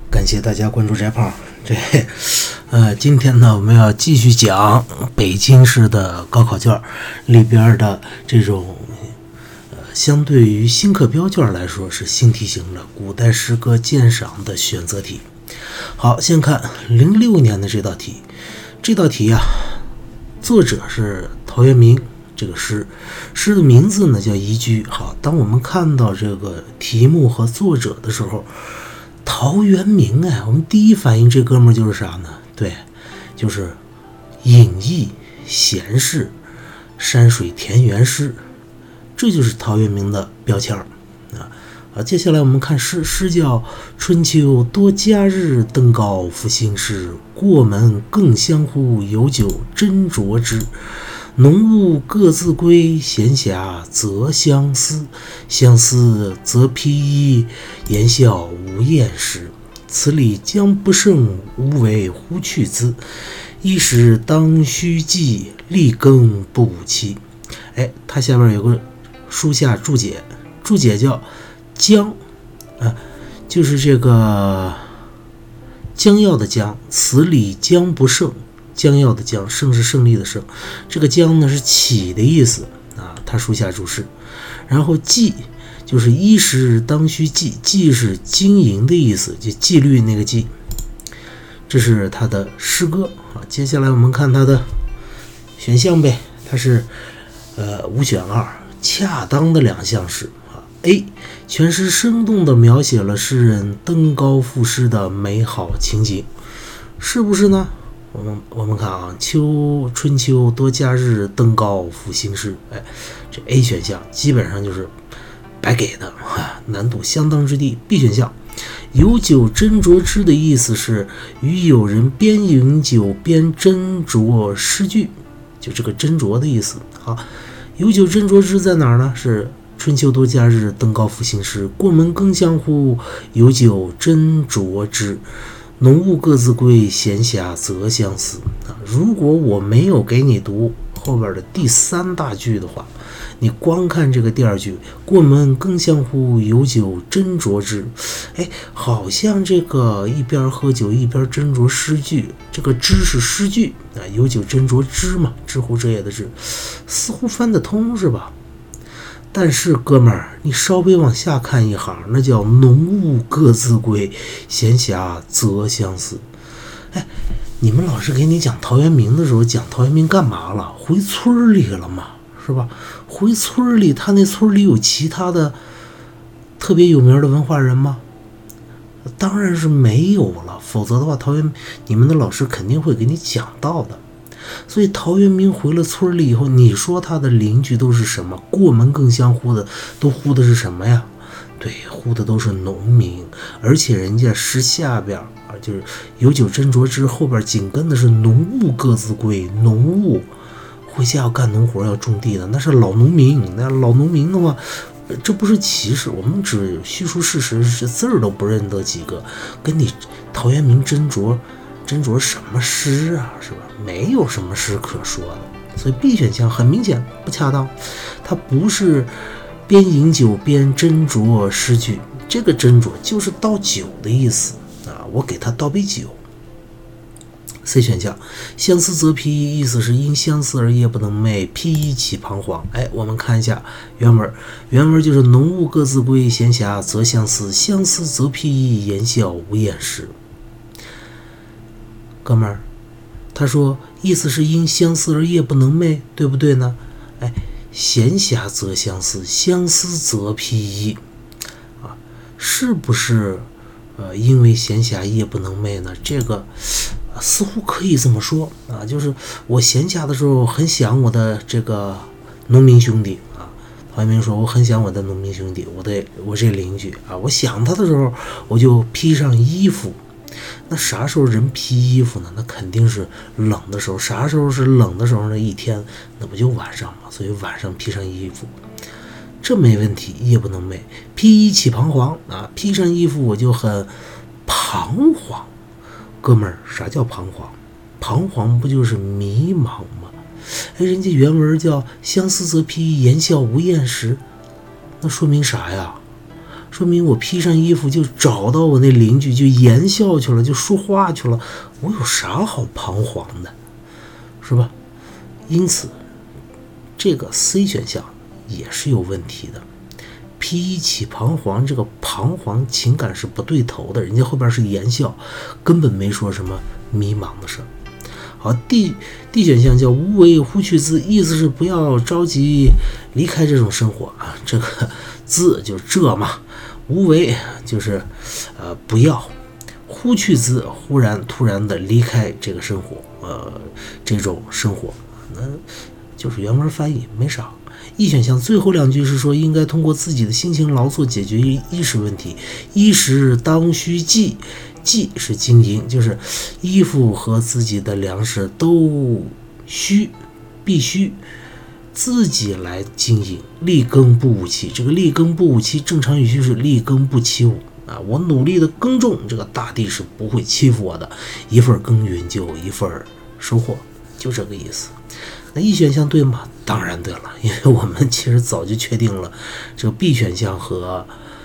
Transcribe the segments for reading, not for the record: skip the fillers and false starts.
感谢大家关注翟胖。今天呢，我们要继续讲北京市的高考卷里边的这种相对于新课标卷来说是新题型的古代诗歌鉴赏的选择题。好，先看06年的这道题。这道题啊，作者是陶渊明，这个诗的名字呢叫《移居》。好，当我们看到这个题目和作者的时候，陶渊明我们第一反应这哥们儿就是啥呢？对，就是隐逸闲适山水田园诗，这就是陶渊明的标签啊。接下来我们看诗叫春秋多佳日，登高复兴师。过门更相呼，有酒斟酌之。浓雾各自归，闲暇则相思。相思则披衣，言笑无厌时。此理将不胜，无为乎去兹。衣食当须记，力耕不吾期。它下面有个书下注解，注解叫将就是这个将要的将，此理将不胜，将要的将，胜是胜利的胜，这个将呢是起的意思他书下注释。然后记就是衣食当须记，记是经营的意思，就纪律那个记。这是他的诗歌接下来我们看他的选项呗，它是5选2，恰当的两项是A， 全诗生动地描写了诗人登高赋诗的美好情景，是不是呢？我们看春秋多佳日，登高复兴师。这 A 选项基本上就是白给的难度相当之低。B 选项有酒斟酌之的意思是与友人边饮酒边斟酌诗句，就这个斟酌的意思。有酒斟酌之在哪儿呢？是春秋多佳日，登高复兴师。过门更相呼，有酒斟酌之。浓雾各自归，闲暇则相思。如果我没有给你读后边的第3大句的话，你光看这个第2句，过门更相呼，有酒斟酌之，好像这个一边喝酒一边斟酌诗句，这个之是诗句有酒斟酌之嘛，知乎者也的之，似乎翻得通是吧？但是哥们儿，你稍微往下看一行，那叫浓雾各自归，闲暇则相思。你们老师给你讲陶渊明的时候，讲陶渊明干嘛了？回村里了嘛，是吧？回村里，他那村里有其他的特别有名的文化人吗？当然是没有了，否则的话，你们的老师肯定会给你讲到的。所以陶渊明回了村里以后，你说他的邻居都是什么？过门更相呼的，都呼的是什么呀？对，呼的都是农民。而且人家诗下边就是有酒斟酌之，后边紧跟的是浓雾各自归。浓雾回家要干农活要种地的，那是老农民。那老农民的话，这不是歧视，我们只叙述事实，是字儿都不认得几个，跟你陶渊明斟酌什么诗啊，是吧？没有什么诗可说的。所以 B 选项很明显不恰当，它不是边饮酒边斟酌诗句，这个斟酌就是倒酒的意思我给他倒杯酒。C 选项相思则披衣，意思是因相思而夜不能寐，披衣起彷徨。我们看一下原文就是浓雾各自归，闲暇则相思，相思则披衣，言笑无厌时。哥们儿，他说意思是因相思而夜不能寐，对不对呢？闲暇则相思，相思则披衣是不是因为闲暇夜不能寐呢？这个似乎可以这么说就是我闲暇的时候很想我的这个农民兄弟陶渊明说我很想我的农民兄弟，我这邻居我想他的时候我就披上衣服。那啥时候人披衣服呢？那肯定是冷的时候。啥时候是冷的时候呢？一天那不就晚上吗？所以晚上披上衣服，这没问题，夜不能寐。披衣起彷徨披上衣服我就很彷徨。哥们儿，啥叫彷徨？彷徨不就是迷茫吗？人家原文叫相思则披衣，言笑无厌时，那说明啥呀？ 说明我披上衣服就找到我那邻居，就言笑去了，就说话去了，我有啥好彷徨的，是吧？因此这个 C 选项也是有问题的。披起彷徨，这个彷徨情感是不对头的，人家后边是言笑，根本没说什么迷茫的事。好，D 选项叫无为乎去兹，意思是不要着急离开这种生活啊。这个兹就这嘛，无为就是不要，乎去兹忽然突然的离开这个生活，这种生活，那就是原文翻译没啥。E 选项最后两句是说应该通过自己的辛勤劳作解决衣食问题，衣食当须济，济是经营，就是衣服和自己的粮食都必须自己来经营，力耕不武期。这个力耕不武期正常语序是力耕不欺我啊，我努力的耕种，这个大地是不会欺负我的，一份耕耘就一份收获，就这个意思。那 E 选项对吗？当然对了，因为我们其实早就确定了这个 B 选项和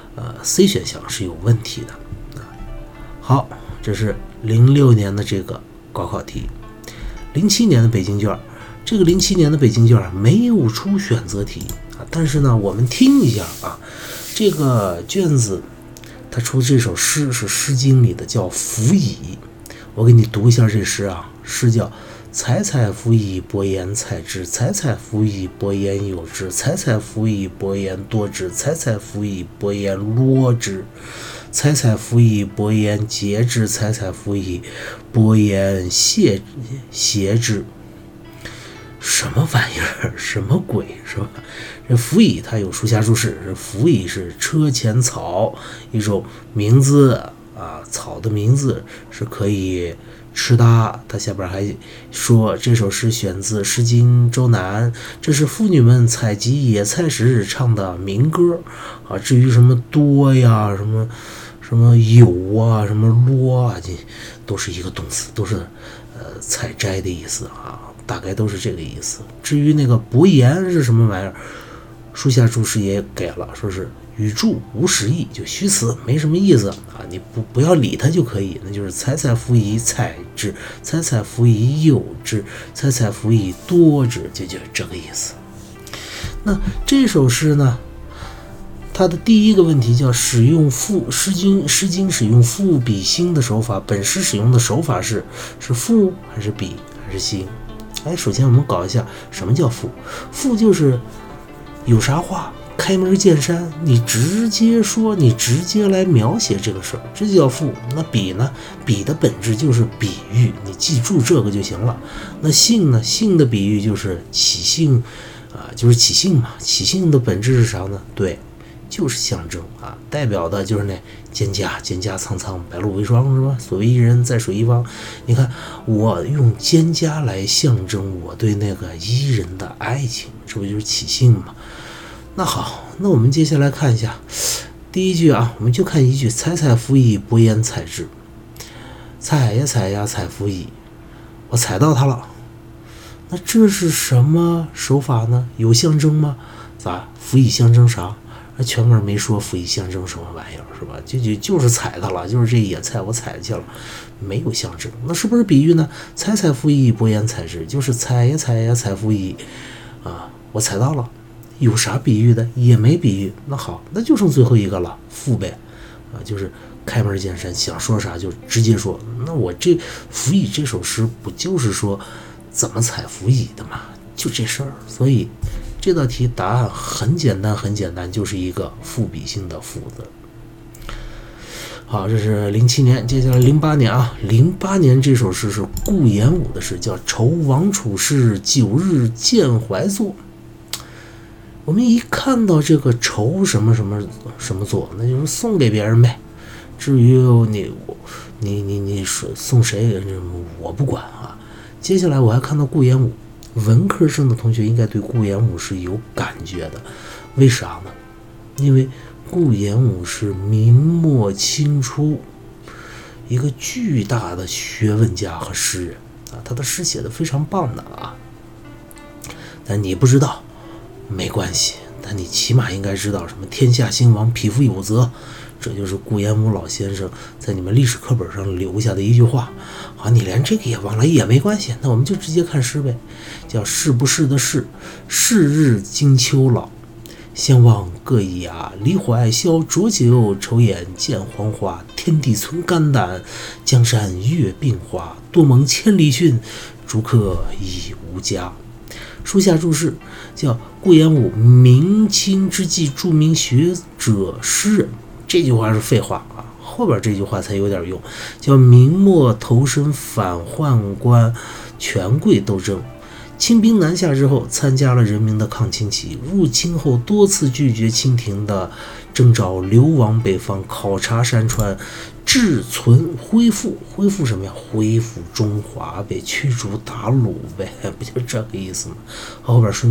C 选项是有问题的。好，这是06年的这个高考题。07年的北京卷，这个07年的北京卷没有出选择题啊，但是呢，我们听一下啊，这个卷子它出这首诗是《诗经》里的，叫《辅以》。我给你读一下这诗啊，诗叫采采芣以博言采之，采采芣以博言有之，采采芣以博言多之，采采芣以博言罗之，采采芣以博言节之，采采芣以博言谐之。什么玩意儿？什么鬼？是吧？这芣以它有书下注释，芣以是车前草，一种名字啊，草的名字是可以吃的。他下边还说这首诗选自《诗经·周南》，这是妇女们采集野菜时唱的民歌啊。至于什么多呀，什么有啊，什么罗啊，这都是一个动词，都是采摘的意思啊，大概都是这个意思。至于那个博言是什么玩意儿，书下注释也给了，说是语助无实意，就虚词，没什么意思啊，你不要理它就可以。那就是采采芣以采之，采采芣以有之，采采芣以多之，就这个意思。那这首诗呢，它的第一个问题叫使用诗经使用赋比兴的手法，本诗使用的手法是赋还是比还是兴？首先我们搞一下什么叫赋。赋就是有啥话开门见山，你直接说，你直接来描写这个事儿，这就叫赋。那比呢？比的本质就是比喻，你记住这个就行了。那兴呢？兴的比喻就是起兴就是起兴嘛。起兴的本质是啥呢？对，就是象征啊，代表的就是那蒹葭苍苍，白露为霜，是吧？所谓伊人，在水一方。你看，我用蒹葭来象征我对那个伊人的爱情，这不就是起兴吗？那好，那我们接下来看一下第一句啊，我们就看一句：采采芣以博言采之。采呀采呀采芣以，我采到它了。那这是什么手法呢？有象征吗？咋？芣以象征啥？全文没说芣以象征什么玩意儿，是吧？就是采它了，就是这野菜我采去了，没有象征。那是不是比喻呢？采采芣以博言采之，就是采呀采呀采芣以啊，我采到了。有啥比喻的？也没比喻。那好，那就剩最后一个了，赋呗就是开门见山，想说啥就直接说。那我这芣以这首诗不就是说怎么采芣以的嘛？就这事儿。所以这道题答案很简单，很简单，就是一个赋比兴的赋字。好，这是07年，接下来08年啊。08年这首诗是顾炎武的诗，叫《酬王处士9日见怀作》。我们一看到这个酬什么什么什么作，那就是送给别人呗。至于你送谁，我不管啊。接下来我还看到顾炎武，文科生的同学应该对顾炎武是有感觉的。为啥呢？因为顾炎武是明末清初一个巨大的学问家和诗人啊，他的诗写的非常棒的啊。但你不知道没关系， 但你起码应该知道什么天下兴亡，匹夫有责。这就是顾炎武老先生在你们历史课本上留下的一句话。好，你连这个也忘了也没关系，那我们就直接看诗呗，叫是不是的是，是日经秋老，相望各一涯，离怀消浊酒，愁眼见黄花。天地存肝胆，江山阅鬓花。多蒙千里逊，逐客已无家。书下注释，叫顾炎武明清之际著名学者诗人。这句话是废话啊，后边这句话才有点用，叫明末投身反宦官权贵斗争，清兵南下之后，参加了人民的抗清起义，入清后多次拒绝清廷的征召，流亡北方，考察山川，志存恢复什么呀？恢复中华呗，驱逐鞑虏呗，不就这个意思吗？后边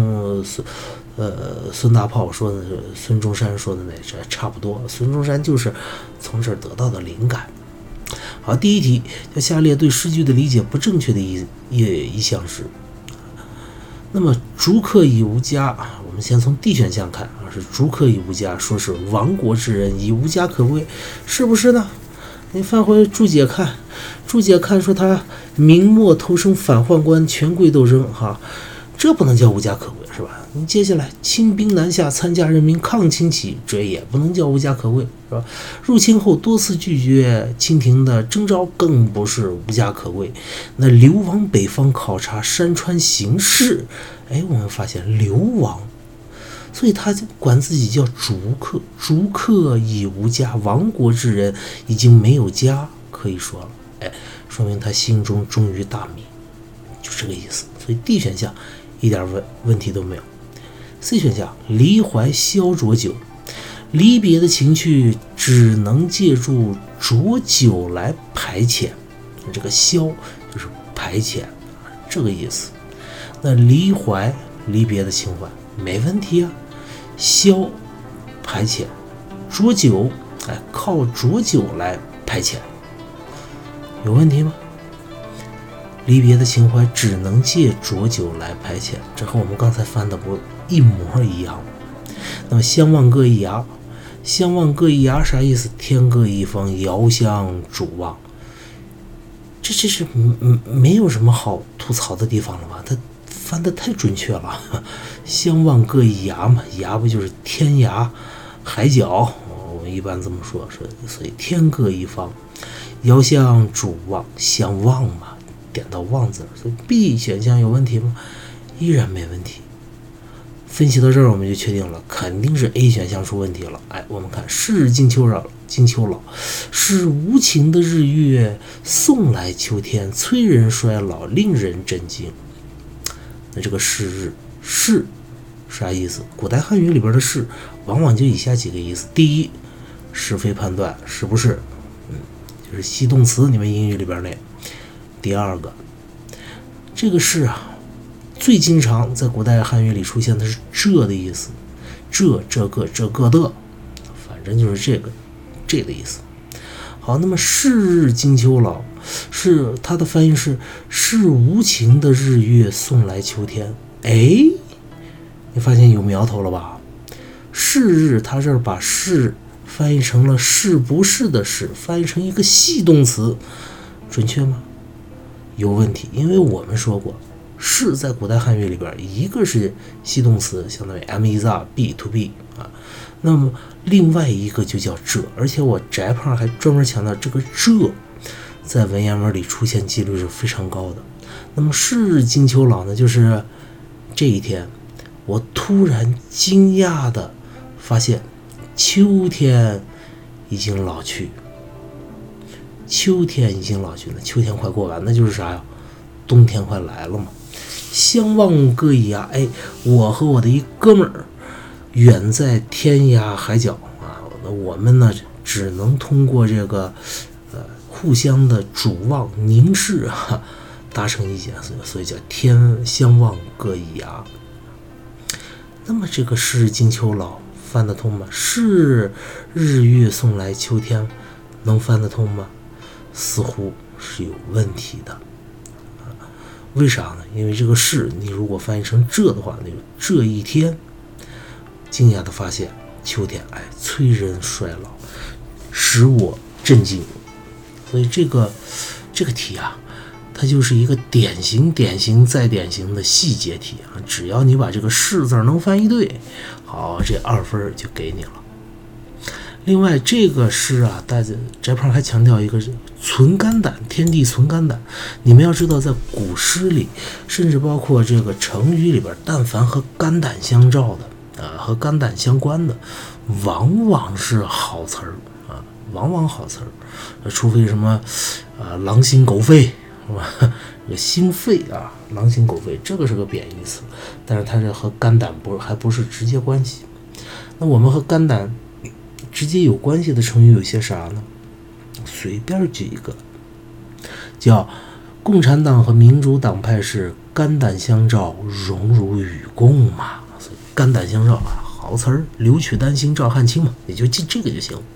孙大炮说的，孙中山说的那这差不多。孙中山就是从这儿得到的灵感。好，第一题叫下列对诗句的理解不正确的一项是。那么逐客已无家，我们先从 D 选项看啊，是逐客已无家，说是亡国之人已无家可归，是不是呢？你翻回注解看，说他明末投身反宦官权贵斗争，哈，这不能叫无家可归是吧？你接下来清兵南下，参加人民抗清起义，这也不能叫无家可归是吧？入清后多次拒绝清廷的征召，更不是无家可归。那流亡北方，考察山川形势，我们发现流亡，所以他管自己叫逐客已无家，亡国之人已经没有家可以说了，说明他心中忠于大明，就这个意思。所以 D 选项一点问题都没有。C 选项离怀消浊酒，离别的情绪只能借助浊酒来排遣，这个消就是排遣，这个意思。那离怀离别的情怀没问题啊，消排遣，浊酒靠浊酒来排遣，有问题吗？离别的情怀只能借浊酒来排遣，这和我们刚才翻的不一模一样。那么相望各一涯，相望各一涯啥意思？天各一方，遥相主望。这是没有什么好吐槽的地方了吧？他翻得太准确了。相望各一涯嘛，涯不就是天涯海角？我们一般这么说，所以天各一方，遥相主望，相望嘛，点到望字，所以 B 选项有问题吗？依然没问题。分析到这儿，我们就确定了，肯定是 A 选项出问题了。我们看是日经秋老，是无情的日月送来秋天，催人衰老，令人震惊。那这个是啥意思？古代汉语里边的是往往就以下几个意思：第一，是非判断，是不是？就是系动词，你们英语里边那。第二个，这个是最经常在古代汉语里出现的是这的意思，这个的，反正就是这个意思。好，那么是日经秋老，是它的翻译是无情的日月送来秋天。你发现有苗头了吧？是日，它这儿把是翻译成了是不是的是，翻译成一个系动词，准确吗？有问题，因为我们说过，是在古代汉语里边，一个是系动词，相当于 am is are be to be 那么另外一个就叫这，而且我翟胖还专门强调，这个这在文言文里出现几率是非常高的。那么是日经秋老呢，就是这一天，我突然惊讶的发现秋天已经老去。秋天已经老去了，秋天快过完，那就是啥呀？冬天快来了嘛。相望各一涯，我和我的一哥们儿远在天涯海角我们呢只能通过这个互相的主望凝视达成一结，所以叫天相望各一涯。那么这个是日经秋老翻得通吗？是日月送来秋天能翻得通吗？似乎是有问题的为啥呢？因为这个是你如果翻译成这的话，那就这一天惊讶地发现秋天催人衰老，使我震惊。所以这个题啊，它就是一个典型再典型的细节题啊！只要你把这个是字能翻译对，好，这2分就给你了。另外这个诗啊，翟胖还强调一个存肝胆，天地存肝胆。你们要知道，在古诗里，甚至包括这个成语里边，但凡和肝胆相照的和肝胆相关的，往往是好词儿啊，往往好词儿，除非什么狼心狗肺是吧？这个心肺啊，狼心狗肺，这个是个贬义词，但是它这和肝胆还不是直接关系。那我们和肝胆直接有关系的成语有些啥呢？随便举一个，叫共产党和民主党派是肝胆相照，荣辱与共嘛。所以肝胆相照啊，好词儿，留取丹心照汗青嘛，也就记这个就行。